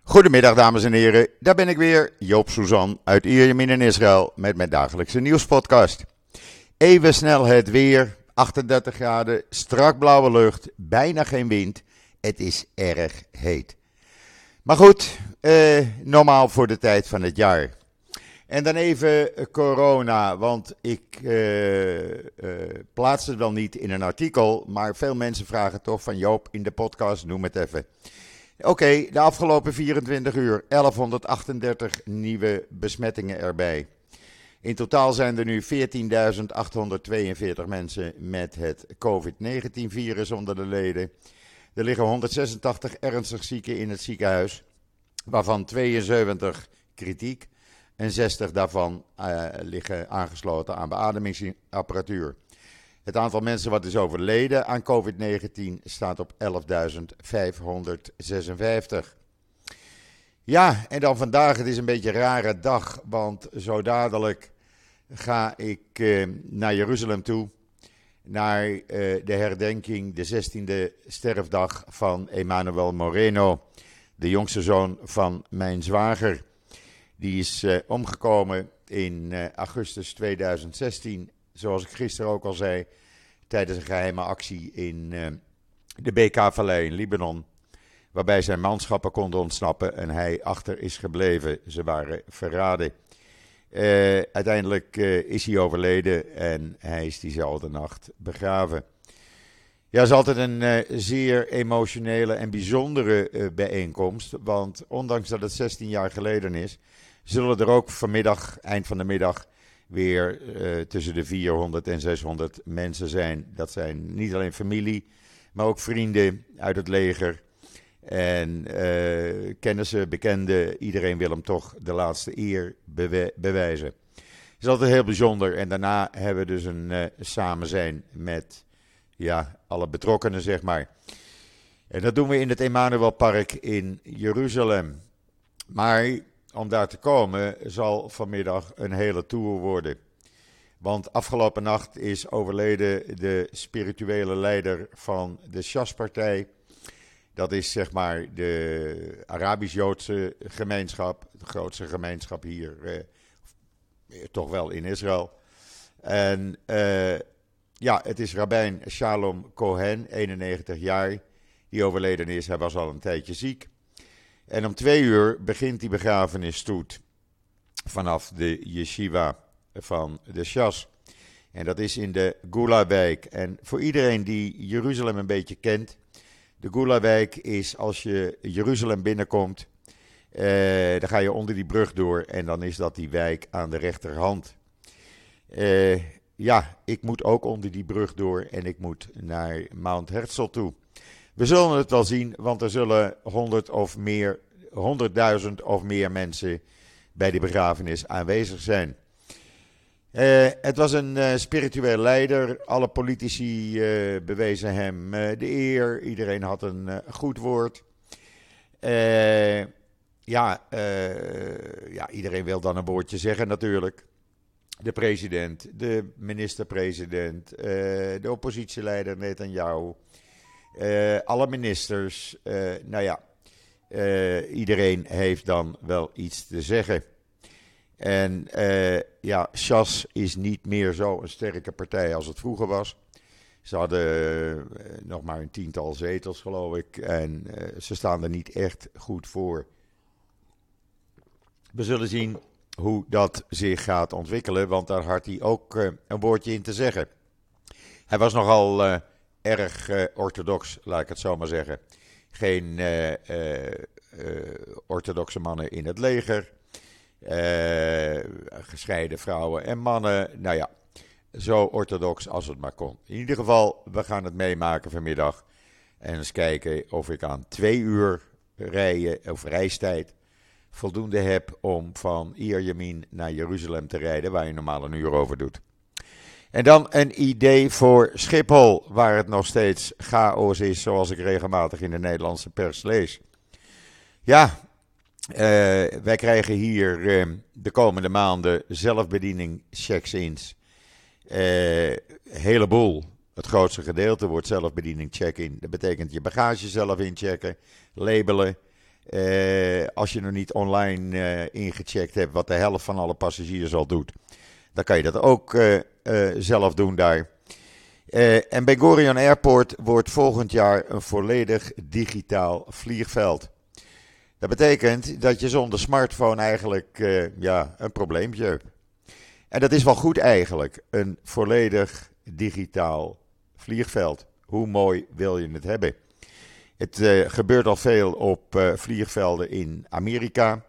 Goedemiddag dames en heren, daar ben ik weer, Joop Suzan uit Ierjemien in Israël met mijn dagelijkse nieuwspodcast. Even snel het weer, 38 graden, strak blauwe lucht, bijna geen wind, het is erg heet. Maar goed, normaal voor de tijd van het jaar. En dan even corona, want ik plaats het wel niet in een artikel, maar veel mensen vragen toch van Joop in de podcast, noem het even. Oké, de afgelopen 24 uur 1138 nieuwe besmettingen erbij. In totaal zijn er nu 14.842 mensen met het COVID-19-virus onder de leden. Er liggen 186 ernstig zieken in het ziekenhuis, waarvan 72 kritiek en 60 daarvan liggen aangesloten aan beademingsapparatuur. Het aantal mensen wat is overleden aan COVID-19 staat op 11.556. Ja, en dan vandaag, het is een beetje een rare dag, want zo dadelijk ga ik naar Jeruzalem toe. Naar de herdenking, de 16e sterfdag van Emmanuel Moreno, de jongste zoon van mijn zwager. Die is omgekomen in augustus 2016, zoals ik gisteren ook al zei, tijdens een geheime actie in de BK-vallei in Libanon. Waarbij zijn manschappen konden ontsnappen en hij achter is gebleven. Ze waren verraden. Uiteindelijk is hij overleden en hij is diezelfde nacht begraven. Ja, het is altijd een zeer emotionele en bijzondere bijeenkomst. Want ondanks dat het 16 jaar geleden is, zullen er ook vanmiddag, eind van de middag, weer tussen de 400 en 600 mensen zijn. Dat zijn niet alleen familie, maar ook vrienden uit het leger. En kennissen, bekenden, iedereen wil hem toch de laatste eer bewijzen. Het is altijd heel bijzonder. En daarna hebben we dus een samen zijn met alle betrokkenen, zeg maar. En dat doen we in het Emmanuelpark in Jeruzalem. Maar om daar te komen zal vanmiddag een hele tour worden. Want afgelopen nacht is overleden de spirituele leider van de Shas-partij. Dat is zeg maar de Arabisch-Joodse gemeenschap, de grootste gemeenschap hier, toch wel in Israël. En het is rabbijn Shalom Cohen, 91 jaar, die overleden is. Hij was al een tijdje ziek. En om 2 uur begint die begrafenisstoet vanaf de yeshiva van de Shas. En dat is in de Gula-wijk. En voor iedereen die Jeruzalem een beetje kent, de Gula-wijk is als je Jeruzalem binnenkomt, dan ga je onder die brug door en dan is dat die wijk aan de rechterhand. Ik moet ook onder die brug door en ik moet naar Mount Herzl toe. We zullen het wel zien, want er zullen 100.000 of meer mensen bij die begrafenis aanwezig zijn. Het was een spiritueel leider. Alle politici bewezen hem de eer. Iedereen had een goed woord. Iedereen wil dan een woordje zeggen natuurlijk. De president, de minister-president, de oppositieleider Netanyahu, alle ministers. Iedereen heeft dan wel iets te zeggen. En Shas is niet meer zo een sterke partij als het vroeger was. Ze hadden nog maar een 10-tal zetels, geloof ik. En ze staan er niet echt goed voor. We zullen zien hoe dat zich gaat ontwikkelen, want daar had hij ook een woordje in te zeggen. Hij was nogal erg orthodox, laat ik het zo maar zeggen. Geen orthodoxe mannen in het leger. Gescheiden vrouwen en mannen. Zo orthodox als het maar kon. In ieder geval, we gaan het meemaken vanmiddag. En eens kijken of ik aan 2 uur reistijd voldoende heb om van Ierjemien naar Jeruzalem te rijden, waar je normaal een uur over doet. En dan een idee voor Schiphol, waar het nog steeds chaos is, zoals ik regelmatig in de Nederlandse pers lees. Ja, wij krijgen hier de komende maanden zelfbediening check-ins. Heleboel. Het grootste gedeelte wordt zelfbediening check-in. Dat betekent je bagage zelf inchecken, labelen. Als je nog niet online ingecheckt hebt wat de helft van alle passagiers al doet, dan kan je dat ook zelf doen daar. En Ben Gurion Airport wordt volgend jaar een volledig digitaal vliegveld. Dat betekent dat je zonder smartphone eigenlijk een probleempje hebt. En dat is wel goed eigenlijk, een volledig digitaal vliegveld. Hoe mooi wil je het hebben? Het gebeurt al veel op vliegvelden in Amerika.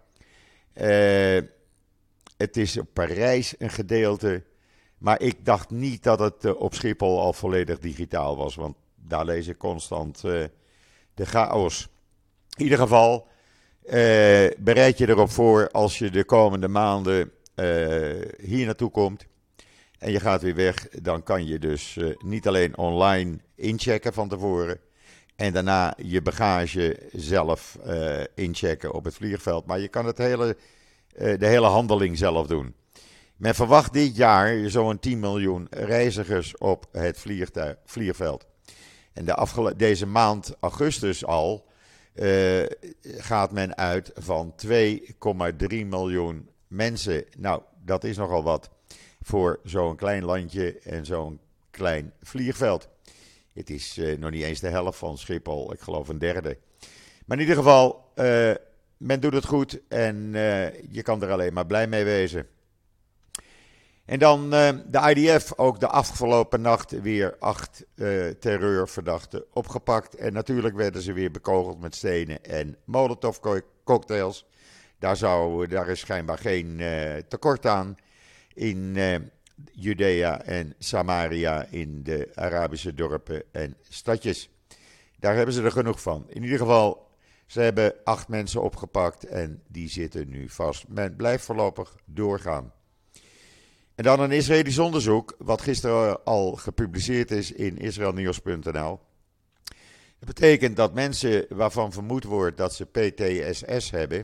Het is op Parijs een gedeelte. Maar ik dacht niet dat het op Schiphol al volledig digitaal was. Want daar lees ik constant de chaos. In ieder geval, bereid je erop voor als je de komende maanden hier naartoe komt. En je gaat weer weg. Dan kan je dus niet alleen online inchecken van tevoren. En daarna je bagage zelf inchecken op het vliegveld. Maar je kan de hele handeling zelf doen. Men verwacht dit jaar zo'n 10 miljoen reizigers op het vliegveld. En deze maand augustus al gaat men uit van 2,3 miljoen mensen. Nou, dat is nogal wat voor zo'n klein landje en zo'n klein vliegveld. Het is nog niet eens de helft van Schiphol, ik geloof een derde. Maar in ieder geval, men doet het goed en je kan er alleen maar blij mee wezen. En dan de IDF, ook de afgelopen nacht weer 8 terreurverdachten opgepakt. En natuurlijk werden ze weer bekogeld met stenen en molotovcocktails. Daar is schijnbaar geen tekort aan in Judea en Samaria, in de Arabische dorpen en stadjes. Daar hebben ze er genoeg van. In ieder geval, ze hebben 8 mensen opgepakt en die zitten nu vast. Men blijft voorlopig doorgaan. En dan een Israëlisch onderzoek, wat gisteren al gepubliceerd is in israelnieuws.nl. Dat betekent dat mensen waarvan vermoed wordt dat ze PTSS hebben,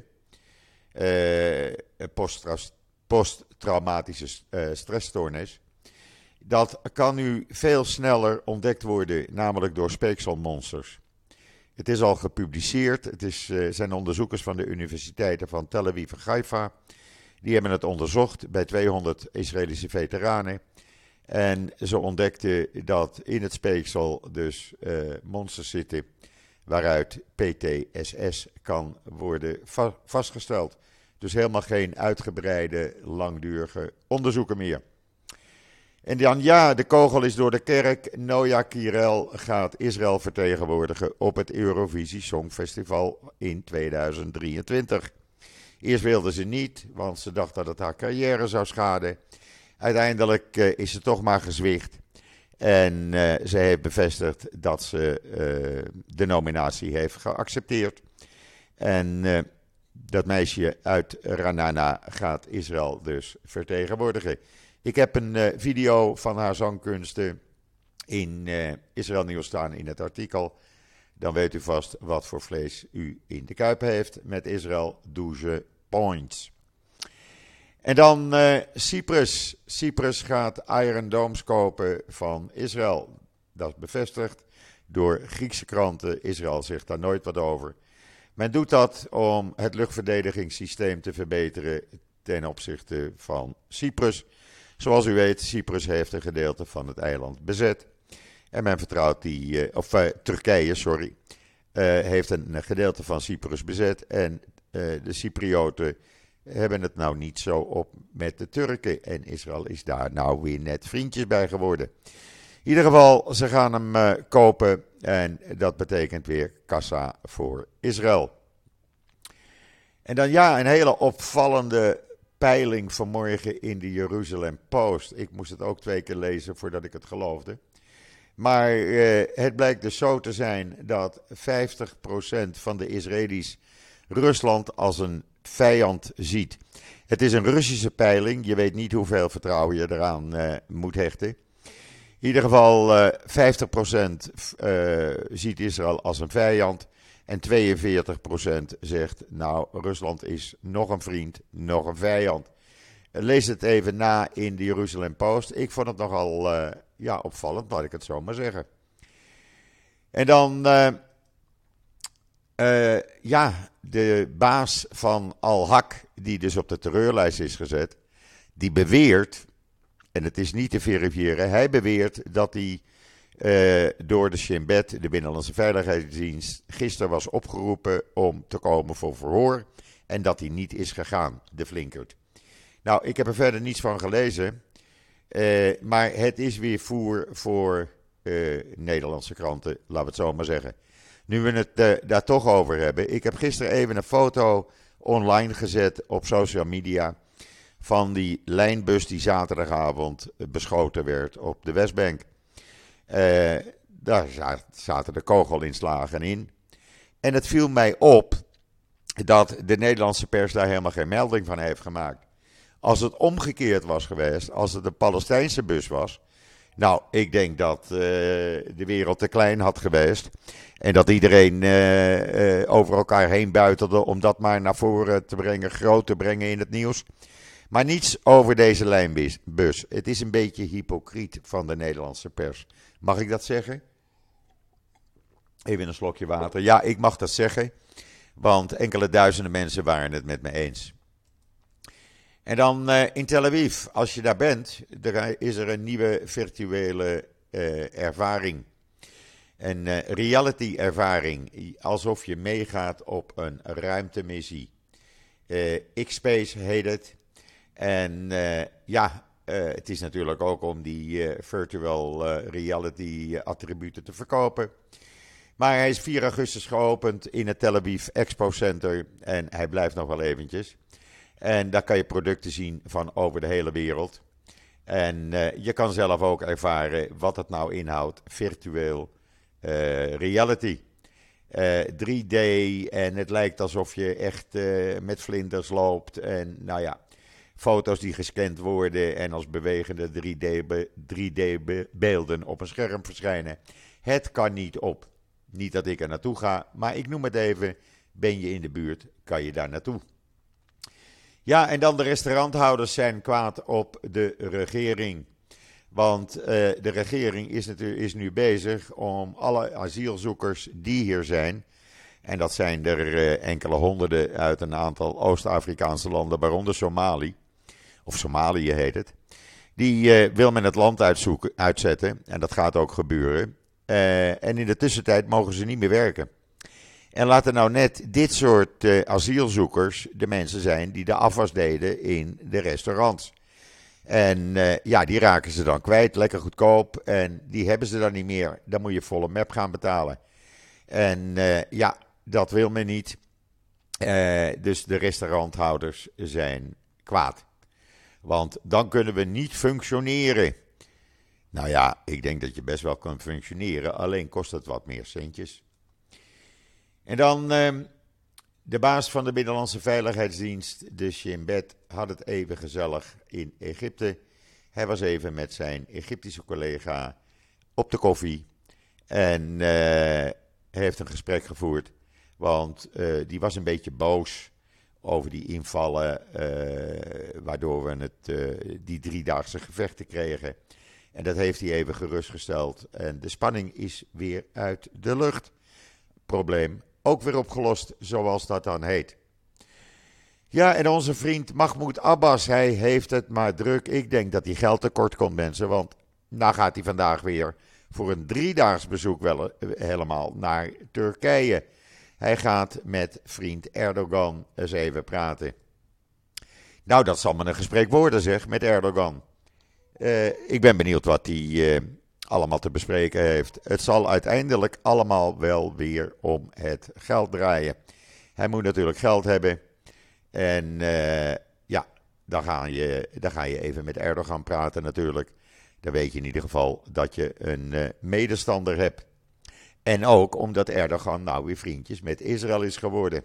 posttraumatische stressstoornis, dat kan nu veel sneller ontdekt worden, namelijk door speekselmonsters. Het is al gepubliceerd, zijn onderzoekers van de universiteiten van Tel Aviv en Haifa. Die hebben het onderzocht bij 200 Israëlische veteranen. En ze ontdekten dat in het speeksel dus monsters zitten waaruit PTSS kan worden vastgesteld. Dus helemaal geen uitgebreide, langdurige onderzoeken meer. En dan de kogel is door de kerk. Noa Kirel gaat Israël vertegenwoordigen op het Eurovisie Songfestival in 2023. Eerst wilde ze niet, want ze dacht dat het haar carrière zou schaden. Uiteindelijk is ze toch maar gezwicht. En ze heeft bevestigd dat ze de nominatie heeft geaccepteerd. En dat meisje uit Ranana gaat Israël dus vertegenwoordigen. Ik heb een video van haar zangkunsten in Israël Nieuws staan in het artikel. Dan weet u vast wat voor vlees u in de kuip heeft met Israël 12 points. En dan Cyprus. Cyprus gaat Iron Domes kopen van Israël. Dat is bevestigd door Griekse kranten. Israël zegt daar nooit wat over. Men doet dat om het luchtverdedigingssysteem te verbeteren ten opzichte van Cyprus. Zoals u weet, Cyprus heeft een gedeelte van het eiland bezet. En men vertrouwt Turkije, heeft een gedeelte van Cyprus bezet. En de Cyprioten hebben het nou niet zo op met de Turken. En Israël is daar nou weer net vriendjes bij geworden. In ieder geval, ze gaan hem kopen. En dat betekent weer kassa voor Israël. En dan een hele opvallende peiling vanmorgen in de Jeruzalem Post. Ik moest het ook 2 keer lezen voordat ik het geloofde. Maar het blijkt dus zo te zijn dat 50% van de Israëli's Rusland als een vijand ziet. Het is een Russische peiling. Je weet niet hoeveel vertrouwen je eraan moet hechten. In ieder geval 50% ziet Israël als een vijand. En 42% zegt, nou, Rusland is nog een vriend, nog een vijand. Lees het even na in de Jeruzalem Post. Ik vond het nogal opvallend, laat ik het zo maar zeggen. En dan Ja, de baas van Al-Haq, die dus op de terreurlijst is gezet, die beweert, en het is niet te verifiëren, hij beweert dat hij door de Shin Bet, de Binnenlandse Veiligheidsdienst, gisteren was opgeroepen om te komen voor verhoor en dat hij niet is gegaan, de flinkert. Nou, ik heb er verder niets van gelezen, maar het is weer voer voor Nederlandse kranten, laten we het zo maar zeggen. Nu we het daar toch over hebben. Ik heb gisteren even een foto online gezet op social media van die lijnbus die zaterdagavond beschoten werd op de Westbank. Daar zaten de kogelinslagen in. En het viel mij op dat de Nederlandse pers daar helemaal geen melding van heeft gemaakt. Als het omgekeerd was geweest, als het een Palestijnse bus was. Nou, ik denk dat de wereld te klein had geweest. En dat iedereen over elkaar heen buitelde om dat maar naar voren te brengen, groot te brengen in het nieuws. Maar niets over deze lijnbus. Het is een beetje hypocriet van de Nederlandse pers. Mag ik dat zeggen? Even een slokje water. Ja, ik mag dat zeggen. Want enkele duizenden mensen waren het met me eens. En dan in Tel Aviv, als je daar bent, is er een nieuwe virtuele ervaring. Een reality ervaring, alsof je meegaat op een ruimtemissie. X-Space heet het. En het is natuurlijk ook om die virtual reality attributen te verkopen. Maar hij is 4 augustus geopend in het Tel Aviv Expo Center en hij blijft nog wel eventjes. En daar kan je producten zien van over de hele wereld. En je kan zelf ook ervaren wat het nou inhoudt, virtueel reality. 3D en het lijkt alsof je echt met vlinders loopt. En nou ja, foto's die gescand worden en als bewegende 3D-beelden op een scherm verschijnen. Het kan niet op. Niet dat ik er naartoe ga, maar ik noem het even. Ben je in de buurt, kan je daar naartoe. Ja, en dan de restauranthouders zijn kwaad op de regering. Want de regering is nu bezig om alle asielzoekers die hier zijn, en dat zijn er enkele honderden uit een aantal Oost-Afrikaanse landen, waaronder Somalië, of Somalië heet het, die wil men het land uitzetten, en dat gaat ook gebeuren. En in de tussentijd mogen ze niet meer werken. En laten nou net dit soort asielzoekers de mensen zijn die de afwas deden in de restaurants. En die raken ze dan kwijt, lekker goedkoop. En die hebben ze dan niet meer. Dan moet je volle map gaan betalen. En dat wil men niet. Dus de restauranthouders zijn kwaad. Want dan kunnen we niet functioneren. Nou ja, ik denk dat je best wel kan functioneren. Alleen kost het wat meer centjes. En dan de baas van de Binnenlandse Veiligheidsdienst, de Shin Bet, had het even gezellig in Egypte. Hij was even met zijn Egyptische collega op de koffie en heeft een gesprek gevoerd. Want die was een beetje boos over die invallen, waardoor we die 3-daagse gevechten kregen. En dat heeft hij even gerustgesteld. En de spanning is weer uit de lucht. Probleem ook weer opgelost, zoals dat dan heet. Ja, en onze vriend Mahmoud Abbas, hij heeft het maar druk. Ik denk dat hij geld tekort komt, mensen. Want nou gaat hij vandaag weer voor een 3-daags bezoek wel helemaal naar Turkije. Hij gaat met vriend Erdogan eens even praten. Nou, dat zal maar een gesprek worden, zeg, met Erdogan. Ik ben benieuwd wat hij allemaal te bespreken heeft. Het zal uiteindelijk allemaal wel weer om het geld draaien. Hij moet natuurlijk geld hebben. En dan ga je even met Erdogan praten natuurlijk. Dan weet je in ieder geval dat je een medestander hebt. En ook omdat Erdogan nou weer vriendjes met Israël is geworden.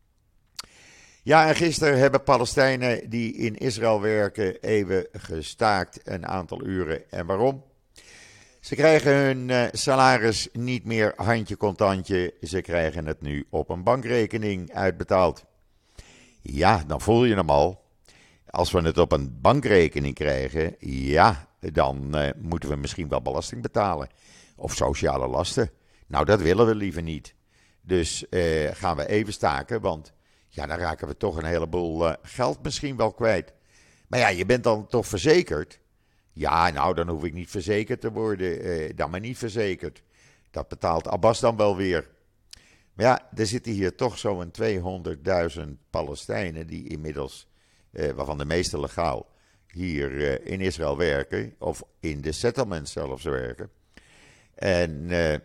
Ja, en gisteren hebben Palestijnen die in Israël werken even gestaakt een aantal uren. En waarom? Ze krijgen hun salaris niet meer handje contantje. Ze krijgen het nu op een bankrekening uitbetaald. Ja, dan voel je hem al. Als we het op een bankrekening krijgen, ja, dan moeten we misschien wel belasting betalen. Of sociale lasten. Nou, dat willen we liever niet. Dus gaan we even staken, want ja, dan raken we toch een heleboel geld misschien wel kwijt. Maar ja, je bent dan toch verzekerd? Ja, nou, dan hoef ik niet verzekerd te worden. Dan maar niet verzekerd. Dat betaalt Abbas dan wel weer. Maar ja, er zitten hier toch zo'n 200.000 Palestijnen die inmiddels, waarvan de meeste legaal, hier in Israël werken. Of in de settlements zelfs werken. En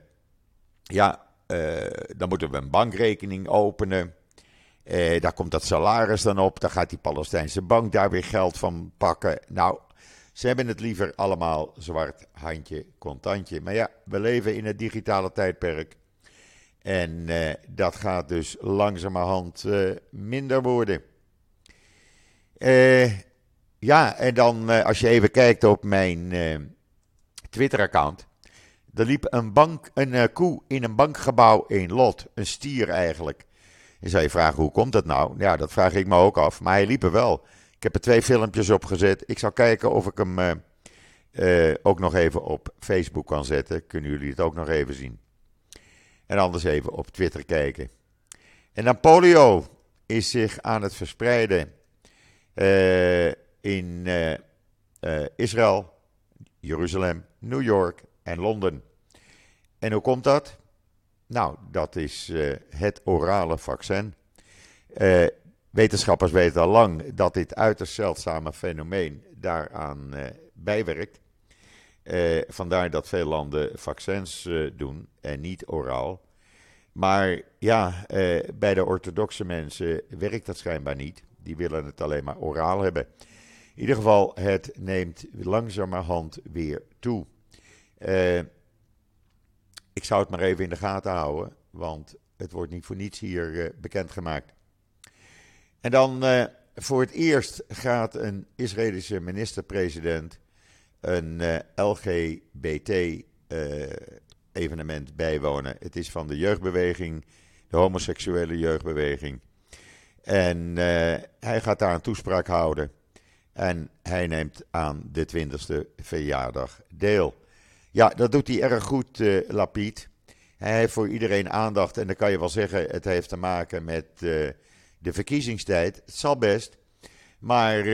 dan moeten we een bankrekening openen. Daar komt dat salaris dan op. Dan gaat die Palestijnse bank daar weer geld van pakken. Nou, ze hebben het liever allemaal zwart handje, contantje. Maar ja, we leven in het digitale tijdperk. En dat gaat dus langzamerhand minder worden. En dan als je even kijkt op mijn Twitter-account. Er liep een koe in een bankgebouw in Lot. Een stier eigenlijk. Je zou je vragen, hoe komt dat nou? Ja, dat vraag ik me ook af. Maar hij liep er wel. Ik heb er 2 filmpjes op gezet. Ik zal kijken of ik hem ook nog even op Facebook kan zetten. Kunnen jullie het ook nog even zien. En anders even op Twitter kijken. En dan polio is zich aan het verspreiden in Israël, Jeruzalem, New York en Londen. En hoe komt dat? Nou, dat is het orale vaccin. Wetenschappers weten al lang dat dit uiterst zeldzame fenomeen daaraan bijwerkt. Vandaar dat veel landen vaccins doen en niet oraal. Maar ja, bij de orthodoxe mensen werkt dat schijnbaar niet. Die willen het alleen maar oraal hebben. In ieder geval, het neemt langzamerhand weer toe. Ik zou het maar even in de gaten houden, want het wordt niet voor niets hier bekendgemaakt. En dan voor het eerst gaat een Israëlische minister-president een LGBT-evenement bijwonen. Het is van de jeugdbeweging, de homoseksuele jeugdbeweging. En hij gaat daar een toespraak houden. En hij neemt aan de 20e verjaardag deel. Ja, dat doet hij erg goed, Lapid. Hij heeft voor iedereen aandacht. En dan kan je wel zeggen, het heeft te maken met de verkiezingstijd. Het zal best. Maar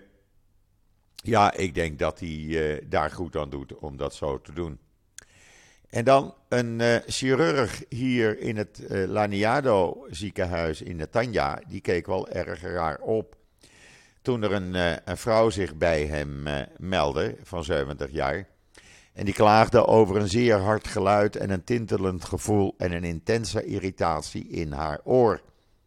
ik denk dat hij daar goed aan doet om dat zo te doen. En dan een chirurg hier in het Laniado ziekenhuis in Netanya. Die keek wel erg raar op. Toen er een vrouw zich bij hem meldde van 70 jaar. En die klaagde over een zeer hard geluid en een tintelend gevoel en een intense irritatie in haar oor.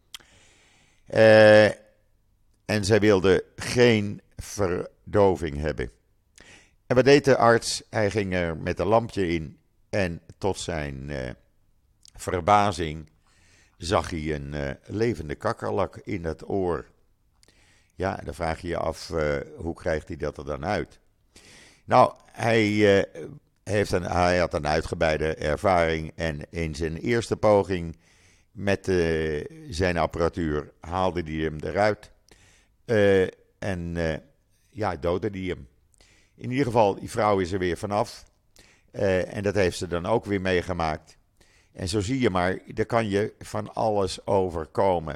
En zij wilde geen verdoving hebben. En wat deed de arts? Hij ging er met een lampje in en tot zijn verbazing zag hij een levende kakkerlak in het oor. Ja, dan vraag je je af, hoe krijgt hij dat er dan uit? Nou, hij had een uitgebreide ervaring en in zijn eerste poging met zijn apparatuur haalde hij hem eruit. Doodde hij hem. In ieder geval, die vrouw is er weer vanaf. En dat heeft ze dan ook weer meegemaakt. En zo zie je maar, daar kan je van alles overkomen.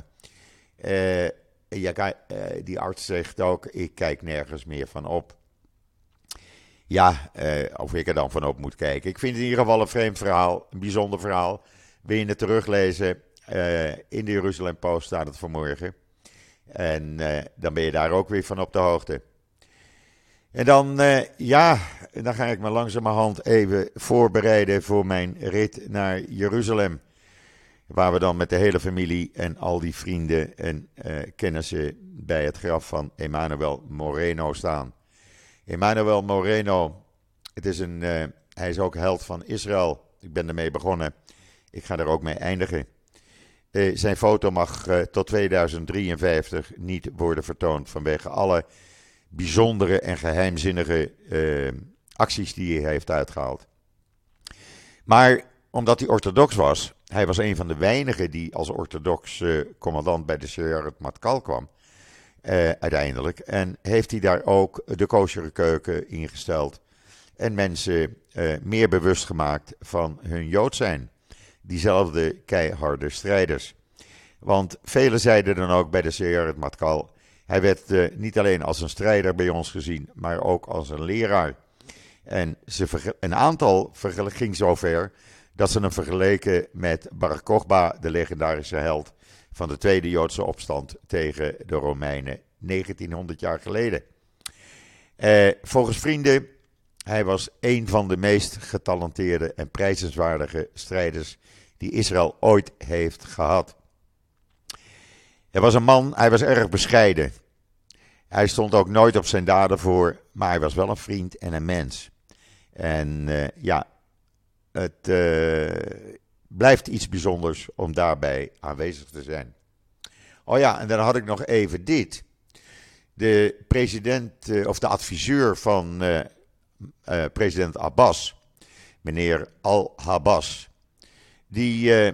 Die arts zegt ook, ik kijk nergens meer van op. Ja, of ik er dan van op moet kijken. Ik vind het in ieder geval een vreemd verhaal, een bijzonder verhaal. Wil je het teruglezen? In de Jeruzalem Post staat het vanmorgen. En dan ben je daar ook weer van op de hoogte. En dan ga ik me langzamerhand even voorbereiden voor mijn rit naar Jeruzalem. Waar we dan met de hele familie en al die vrienden en kennissen bij het graf van Emanuel Moreno staan. Emanuel Moreno, hij is ook held van Israël. Ik ben ermee begonnen. Ik ga er ook mee eindigen. Zijn foto mag tot 2053 niet worden vertoond vanwege alle bijzondere en geheimzinnige acties die hij heeft uitgehaald. Maar omdat hij orthodox was, hij was een van de weinigen die als orthodox commandant bij de Seyeret Matkal kwam, uiteindelijk. En heeft hij daar ook de kosher keuken ingesteld en mensen meer bewust gemaakt van hun Jood zijn. diezelfde keiharde strijders. Want velen zeiden dan ook bij de Seyeret Matkal, hij werd niet alleen als een strijder bij ons gezien, maar ook als een leraar. En een aantal ging zover dat ze hem vergeleken met Bar Kokhba, de legendarische held van de Tweede Joodse opstand tegen de Romeinen 1900 jaar geleden. Volgens vrienden, hij was een van de meest getalenteerde en prijzenswaardige strijders die Israël ooit heeft gehad. Hij was een man, hij was erg bescheiden. Hij stond ook nooit op zijn daden voor, maar hij was wel een vriend en een mens. En het blijft iets bijzonders om daarbij aanwezig te zijn. Oh ja, en dan had ik nog even dit. De president, of de adviseur van president Abbas, meneer Al-Habas, die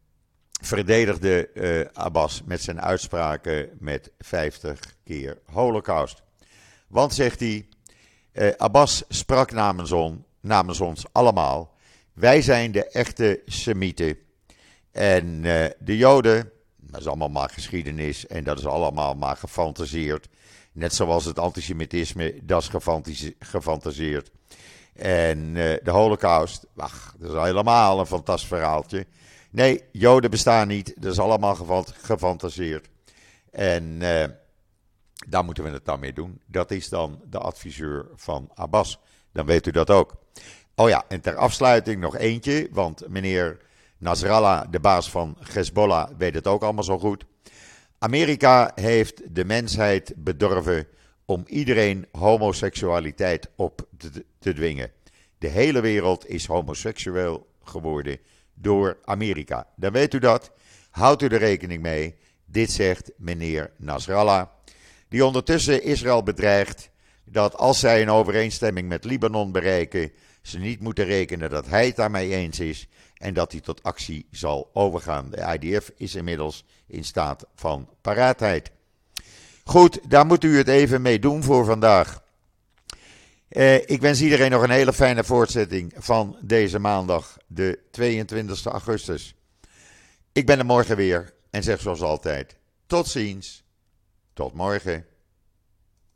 verdedigde Abbas met zijn uitspraken met 50 keer Holocaust. Want, zegt hij, Abbas sprak namens ons allemaal. Wij zijn de echte Semieten. En de Joden, dat is allemaal maar geschiedenis en dat is allemaal maar gefantaseerd. Net zoals het antisemitisme, dat is gefantaseerd. En de Holocaust, ach, dat is helemaal een fantastisch verhaaltje. Nee, Joden bestaan niet, dat is allemaal gefantaseerd. En daar moeten we het dan mee doen. Dat is dan de adviseur van Abbas. Dan weet u dat ook. Oh ja, en ter afsluiting nog eentje, want meneer Nasrallah, de baas van Hezbollah, weet het ook allemaal zo goed. Amerika heeft de mensheid bedorven om iedereen homoseksualiteit op te dwingen. De hele wereld is homoseksueel geworden door Amerika. Dan weet u dat. Houdt u er rekening mee. Dit zegt meneer Nasrallah, die ondertussen Israël bedreigt dat als zij een overeenstemming met Libanon bereiken, ze niet moeten rekenen dat hij het daarmee eens is en dat hij tot actie zal overgaan. De IDF is inmiddels in staat van paraatheid. Goed, daar moet u het even mee doen voor vandaag. Ik wens iedereen nog een hele fijne voortzetting van deze maandag, de 22 augustus. Ik ben er morgen weer en zeg zoals altijd, tot ziens, tot morgen.